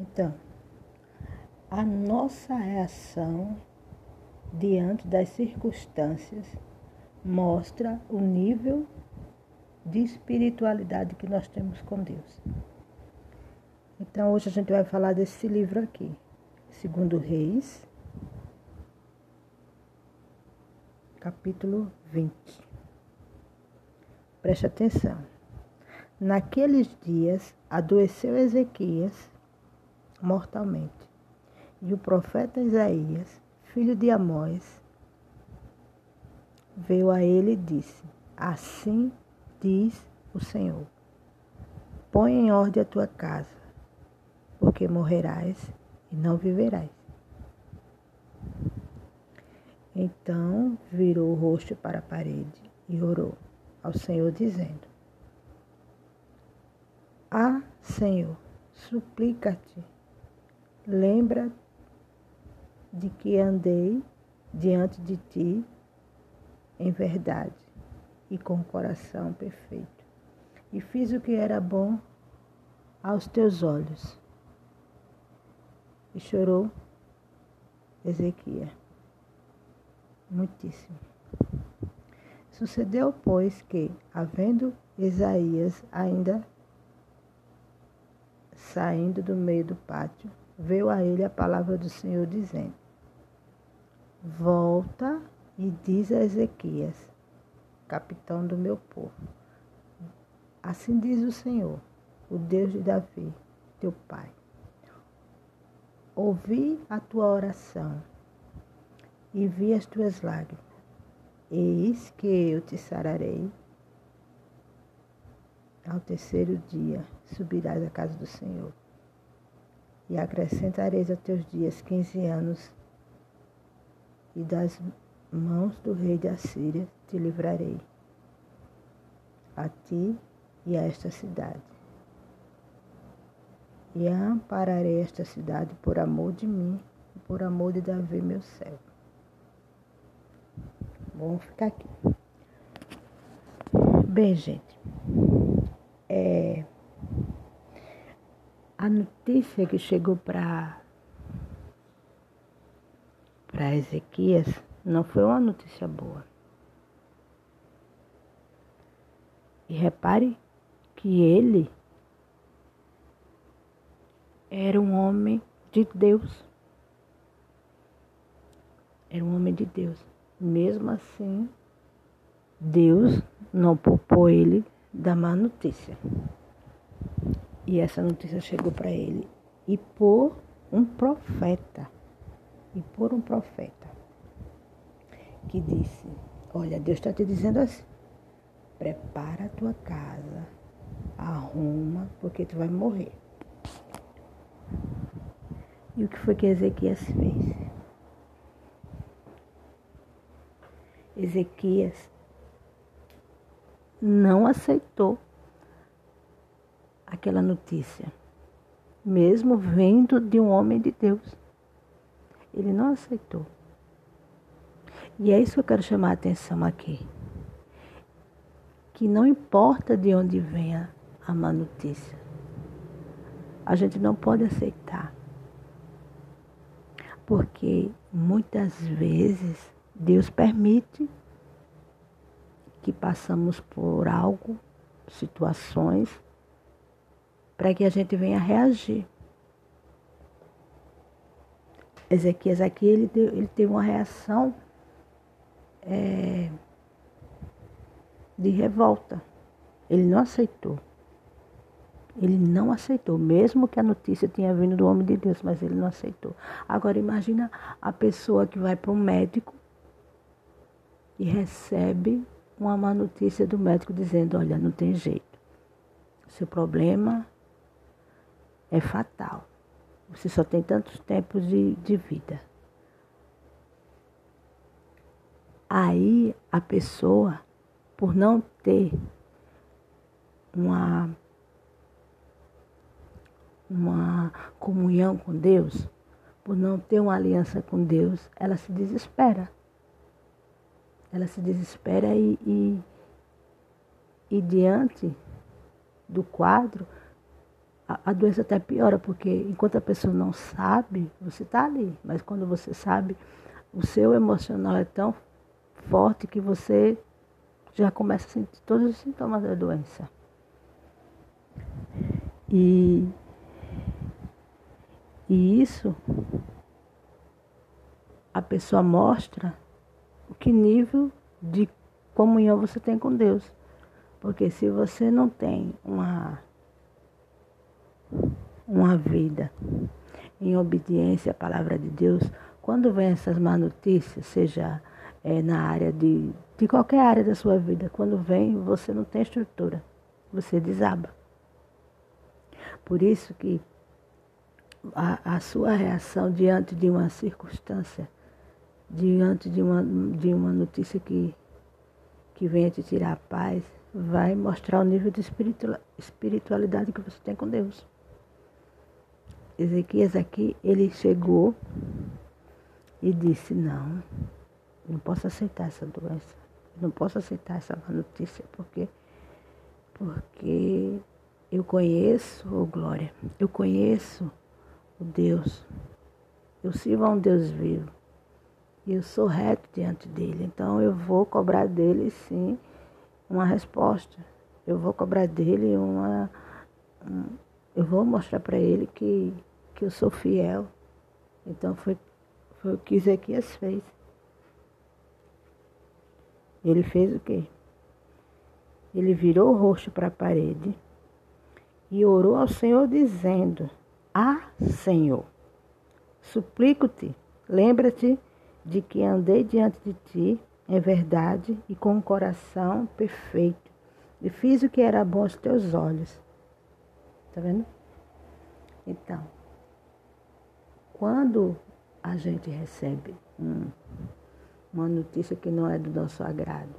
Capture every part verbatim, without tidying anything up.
Então, a nossa reação diante das circunstâncias mostra o nível de espiritualidade que nós temos com Deus. Então, hoje a gente vai falar desse livro aqui, Segundo Reis, capítulo vinte. Preste atenção. Naqueles dias, adoeceu Ezequias mortalmente, e o profeta Isaías, filho de Amós, veio a ele e disse: Assim diz o Senhor, põe em ordem a tua casa, porque morrerás e não viverás. Então virou o rosto para a parede e orou ao Senhor, dizendo: Ah, Senhor, suplica-te, lembra de que andei diante de ti em verdade e com coração perfeito, e fiz o que era bom aos teus olhos. E chorou Ezequias muitíssimo. Sucedeu, pois, que, havendo Isaías ainda saindo do meio do pátio, veio a ele a palavra do Senhor, dizendo: Volta e diz a Ezequias, capitão do meu povo: Assim diz o Senhor, o Deus de Davi, teu pai. Ouvi a tua oração e vi as tuas lágrimas. Eis que eu te sararei. Ao terceiro dia subirás à casa do Senhor, e acrescentareis a teus dias quinze anos, e das mãos do rei da Síria te livrarei, a ti e a esta cidade. E ampararei esta cidade por amor de mim e por amor de Davi, meu servo. Vamos ficar aqui. Bem, gente, é, a notícia que chegou para para Ezequias não foi uma notícia boa. E repare que ele era um homem de Deus. Era um homem de Deus. Mesmo assim, Deus não poupou ele da má notícia. E essa notícia chegou para ele. E por um profeta. E por um profeta. Que disse: Olha, Deus está te dizendo assim: prepara a tua casa. Arruma, porque tu vai morrer. E o que foi que Ezequias fez? Ezequias não aceitou aquela notícia, mesmo vindo de um homem de Deus. Ele não aceitou. E é isso que eu quero chamar a atenção aqui. Que não importa de onde venha a má notícia, a gente não pode aceitar. Porque muitas vezes Deus permite que passamos por algo, situações, para que a gente venha reagir. Ezequias aqui, ele, deu, ele teve uma reação é, de revolta. Ele não aceitou. Ele não aceitou, mesmo que a notícia tinha vindo do homem de Deus, mas ele não aceitou. Agora imagina a pessoa que vai para um médico e recebe uma má notícia do médico dizendo: olha, não tem jeito. Seu problema é fatal. Você só tem tantos tempos de, de vida. Aí a pessoa, por não ter uma, uma comunhão com Deus, por não ter uma aliança com Deus, ela se desespera. Ela se desespera e, e, e diante do quadro, a, a doença até piora, porque enquanto a pessoa não sabe, você está ali. Mas quando você sabe, o seu emocional é tão forte que você já começa a sentir todos os sintomas da doença. E, e isso, a pessoa mostra o que nível de comunhão você tem com Deus. Porque se você não tem uma, uma vida em obediência à palavra de Deus, quando vem essas má notícias, seja é, na área de, de qualquer área da sua vida, quando vem, você não tem estrutura, você desaba. Por isso que a, a sua reação diante de uma circunstância, diante de uma, de uma notícia que, que venha te tirar a paz, vai mostrar o nível de espiritualidade que você tem com Deus. Ezequias aqui, ele chegou e disse, não, não posso aceitar essa doença, não posso aceitar essa má notícia, porque, porque eu conheço, oh glória, eu conheço o Deus, eu sirvo a um Deus vivo, e eu sou reto diante dele, então eu vou cobrar dele, sim, uma resposta, eu vou cobrar dele uma, um, eu vou mostrar para ele que, que eu sou fiel. Então foi, foi o que Ezequias fez. Ele fez o quê? Ele virou o rosto para a parede e orou ao Senhor dizendo, ah, Senhor, suplico-te, lembra-te de que andei diante de ti em verdade e com um coração perfeito, e fiz o que era bom aos teus olhos. Tá vendo? Então, quando a gente recebe um, uma notícia que não é do nosso agrado,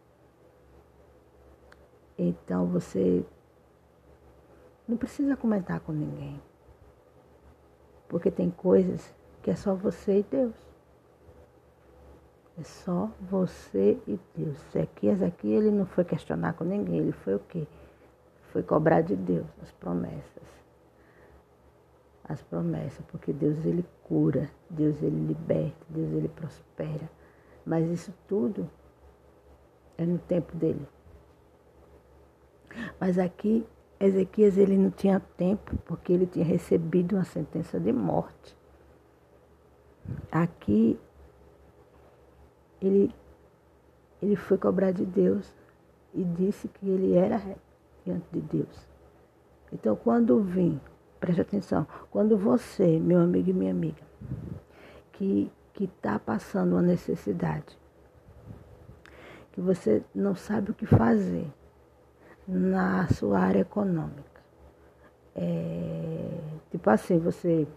então você não precisa comentar com ninguém. Porque tem coisas que é só você e Deus. É só você e Deus. Ezequias aqui, ele não foi questionar com ninguém. Ele foi o quê? Foi cobrar de Deus as promessas. As promessas, porque Deus, ele cura. Deus, ele liberta. Deus, ele prospera. Mas isso tudo é no tempo dele. Mas aqui, Ezequias, ele não tinha tempo, porque ele tinha recebido uma sentença de morte. Aqui, ele, ele foi cobrar de Deus e disse que ele era reto diante de Deus. Então, quando vim, preste atenção, quando você, meu amigo e minha amiga, que que está passando uma necessidade, que você não sabe o que fazer na sua área econômica, é, tipo assim, você,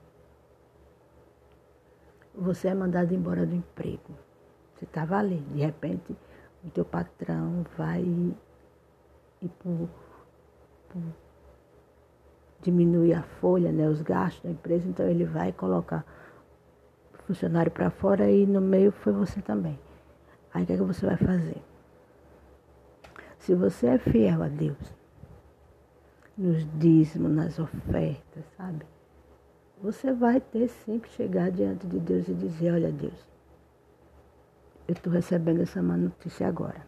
você é mandado embora do emprego, você estava ali, de repente o teu patrão vai ir por, por diminuir a folha, né, os gastos da empresa, então ele vai colocar o funcionário para fora e no meio foi você também. Aí o que é que você vai fazer? Se você é fiel a Deus, nos dízimos, nas ofertas, sabe? Você vai ter sim que chegar diante de Deus e dizer, olha Deus, eu estou recebendo essa má notícia agora.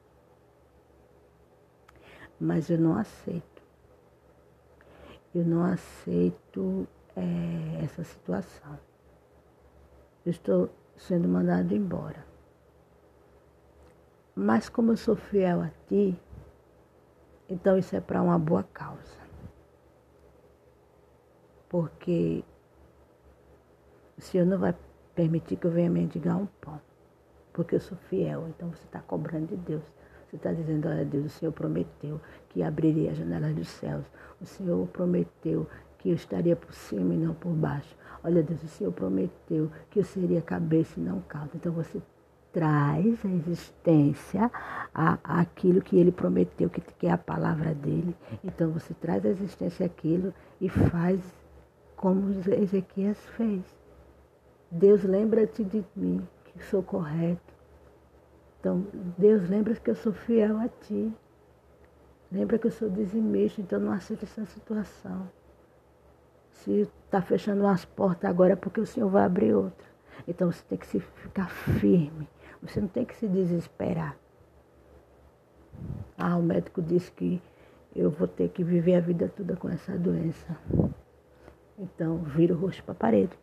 Mas eu não aceito. Eu não aceito é, essa situação. Eu estou sendo mandado embora. Mas como eu sou fiel a ti, então isso é para uma boa causa. Porque o Senhor não vai permitir que eu venha mendigar um pão. Porque eu sou fiel, então você está cobrando de Deus. Você está dizendo, olha Deus, o Senhor prometeu que abriria as janelas dos céus. O Senhor prometeu que eu estaria por cima e não por baixo. Olha Deus, o Senhor prometeu que eu seria cabeça e não cauda. Então você traz a existência a, aquilo que ele prometeu, que, que é a palavra dele. Então você traz a existência aquilo e faz como Ezequias fez. Deus, lembra-te de mim, que sou correto. Então, Deus, lembra que eu sou fiel a ti. Lembra que eu sou dizimista, então não aceito essa situação. se está fechando umas portas agora é porque o Senhor vai abrir outras. Então você tem que se ficar firme. Você não tem que se desesperar. Ah, o médico disse que eu vou ter que viver a vida toda com essa doença. Então, vira o rosto para a parede.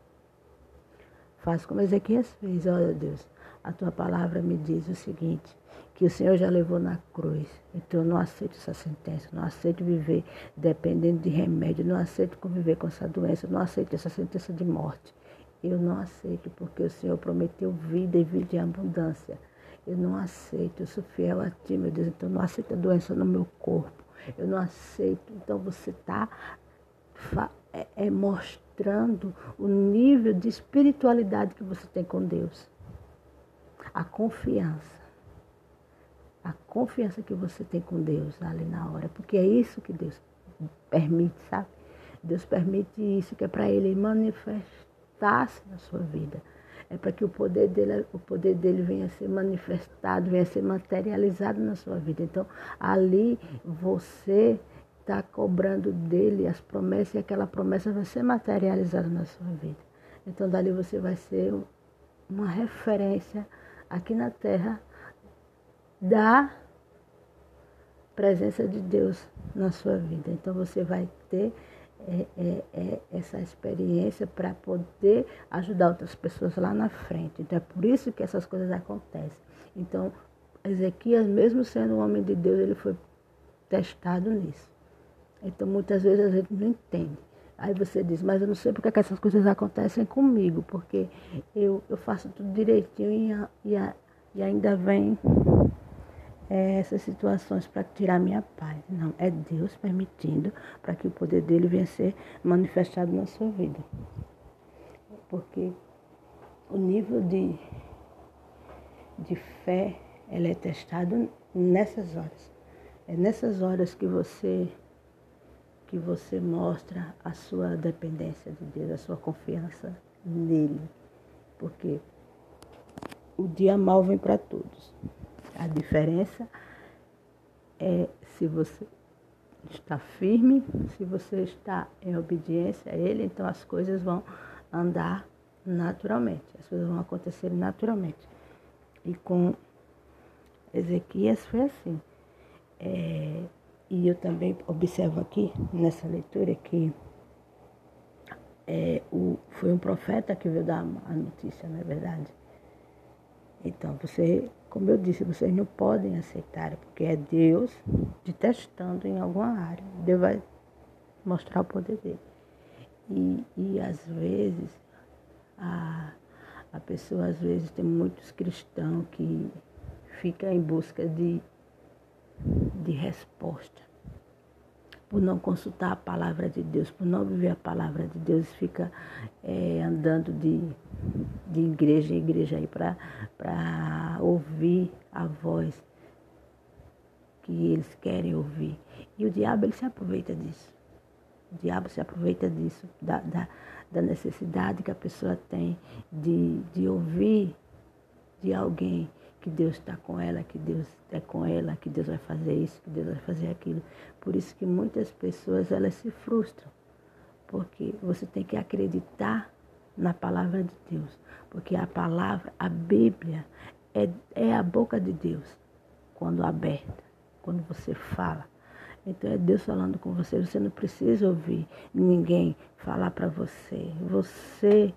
Faz como Ezequias fez. Olha, Deus, a tua palavra me diz o seguinte, que o Senhor já levou na cruz. Então, eu não aceito essa sentença. Não aceito viver dependendo de remédio. Não aceito conviver com essa doença. Não aceito essa sentença de morte. Eu não aceito, porque o Senhor prometeu vida e vida em abundância. Eu não aceito, eu sou fiel a ti, meu Deus, então eu não aceito a doença no meu corpo. Eu não aceito. Então você está é, é, mostrando o nível de espiritualidade que você tem com Deus. A confiança. A confiança que você tem com Deus ali na hora. Porque é isso que Deus permite, sabe? Deus permite isso, que é para Ele manifestar-se na sua vida. É para que o poder dele, o poder dele venha a ser manifestado, venha a ser materializado na sua vida. Então, ali você está cobrando dele as promessas e aquela promessa vai ser materializada na sua vida. Então, dali você vai ser uma referência aqui na terra da presença de Deus na sua vida. Então, você vai ter É, é, é essa experiência para poder ajudar outras pessoas lá na frente. Então é por isso que essas coisas acontecem. Então Ezequias, mesmo sendo um homem de Deus, ele foi testado nisso. Então muitas vezes a gente não entende. Aí você diz, mas eu não sei porque que essas coisas acontecem comigo, porque eu, eu faço tudo direitinho e, a, e, a, e ainda vem É, essas situações para tirar minha paz. Não, é Deus permitindo para que o poder dele venha a ser manifestado na sua vida. Porque o nível de, de fé, ele é testado nessas horas. É nessas horas que você, que você mostra a sua dependência de Deus, a sua confiança nele. Porque o dia mau vem para todos. A diferença é se você está firme, se você está em obediência a Ele, então as coisas vão andar naturalmente, as coisas vão acontecer naturalmente. E com Ezequias foi assim. É, e eu também observo aqui, nessa leitura, que é, o, foi um profeta que veio dar a notícia, não é verdade? Então, você, como eu disse, vocês não podem aceitar, porque é Deus te testando em alguma área. Deus vai mostrar o poder dele. E, e às vezes, a, a pessoa, às vezes, tem muitos cristãos que ficam em busca de, de resposta. Por não consultar a palavra de Deus, por não viver a palavra de Deus, fica é, andando de, de igreja em igreja aí para ouvir a voz que eles querem ouvir. E o diabo, ele se aproveita disso. O diabo se aproveita disso, da, da, da necessidade que a pessoa tem de, de ouvir de alguém que Deus está com ela, que Deus é com ela, que Deus vai fazer isso, que Deus vai fazer aquilo. Por isso que muitas pessoas, elas se frustram, porque você tem que acreditar na palavra de Deus, porque a palavra, a Bíblia, é, é a boca de Deus, quando aberta, quando você fala. Então é Deus falando com você, você não precisa ouvir ninguém falar para você. Você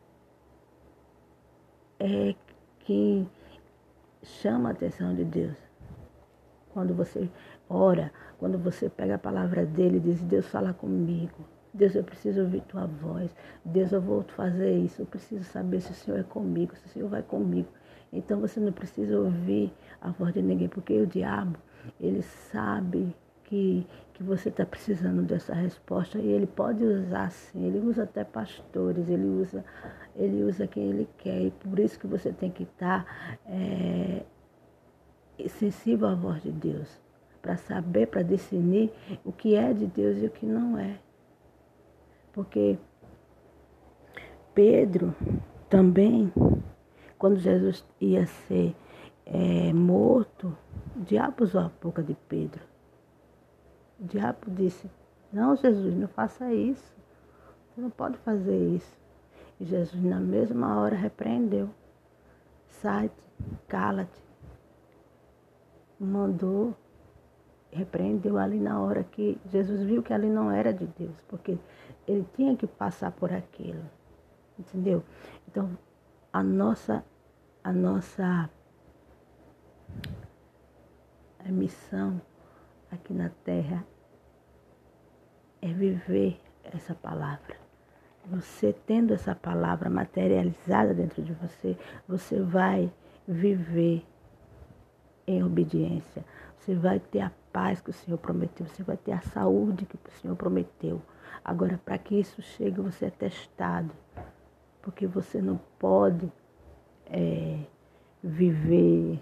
é quem chama a atenção de Deus. Quando você ora, quando você pega a palavra dele e diz, Deus fala comigo. Deus, eu preciso ouvir tua voz. Deus, eu vou fazer isso. Eu preciso saber se o Senhor é comigo, se o Senhor vai comigo. Então você não precisa ouvir a voz de ninguém, porque o diabo, ele sabe que, que você está precisando dessa resposta e ele pode usar sim. Ele usa até pastores, ele usa... Ele usa quem ele quer e por isso que você tem que estar é, sensível à voz de Deus, para saber, para discernir o que é de Deus e o que não é. Porque Pedro também, quando Jesus ia ser é, morto, o diabo usou a boca de Pedro. O diabo disse, não, Jesus, não faça isso. Você não pode fazer isso. E Jesus, na mesma hora, repreendeu. Sai-te, cala-te. Mandou, repreendeu ali na hora que Jesus viu que ali não era de Deus, porque ele tinha que passar por aquilo. Entendeu? Então, a nossa, a nossa a missão aqui na Terra é viver essa palavra. Você tendo essa palavra materializada dentro de você, você vai viver em obediência. Você vai ter a paz que o Senhor prometeu, você vai ter a saúde que o Senhor prometeu. Agora, para que isso chegue, você é testado, porque você não pode é, viver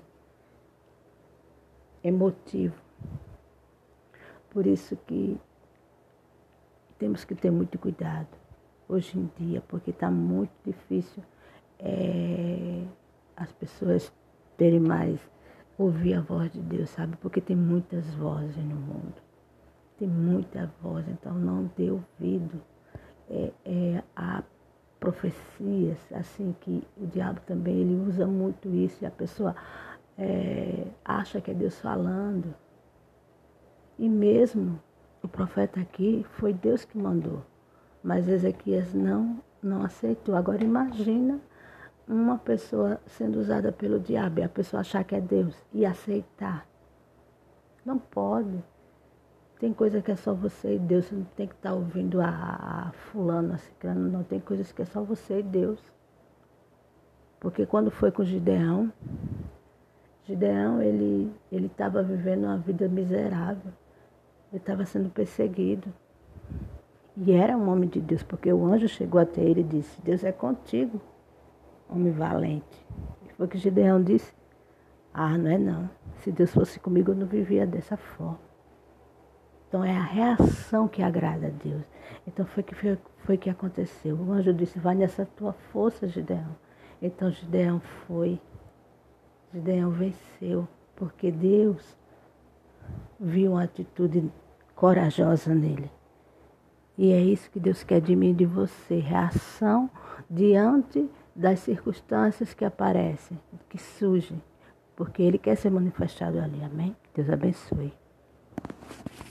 emotivo. Por isso que temos que ter muito cuidado hoje em dia, porque está muito difícil é, as pessoas terem mais, ouvir a voz de Deus, sabe? Porque tem muitas vozes no mundo, tem muita voz, então não dê ouvido é, é, a profecias, assim, que o diabo também ele usa muito isso, e a pessoa é, acha que é Deus falando, e mesmo o profeta aqui foi Deus que mandou. Mas Ezequias não, não aceitou. Agora imagina uma pessoa sendo usada pelo diabo e a pessoa achar que é Deus e aceitar. Não pode. Tem coisa que é só você e Deus. Você não tem que estar ouvindo a, a fulano, a ciclano. Não, tem coisas que é só você e Deus. Porque quando foi com Gideão, Gideão ele ele estava vivendo uma vida miserável. Ele estava sendo perseguido. E era um homem de Deus, porque o anjo chegou até ele e disse: Deus é contigo, homem valente. E foi que Gideão disse: ah, não é não. Se Deus fosse comigo, eu não vivia dessa forma. Então é a reação que agrada a Deus. Então foi que foi, foi que aconteceu. O anjo disse: vai nessa tua força, Gideão. Então Gideão foi. Gideão venceu, porque Deus viu uma atitude corajosa nele. E é isso que Deus quer de mim e de você. Reação diante das circunstâncias que aparecem, que surgem. Porque Ele quer ser manifestado ali. Amém? Deus abençoe.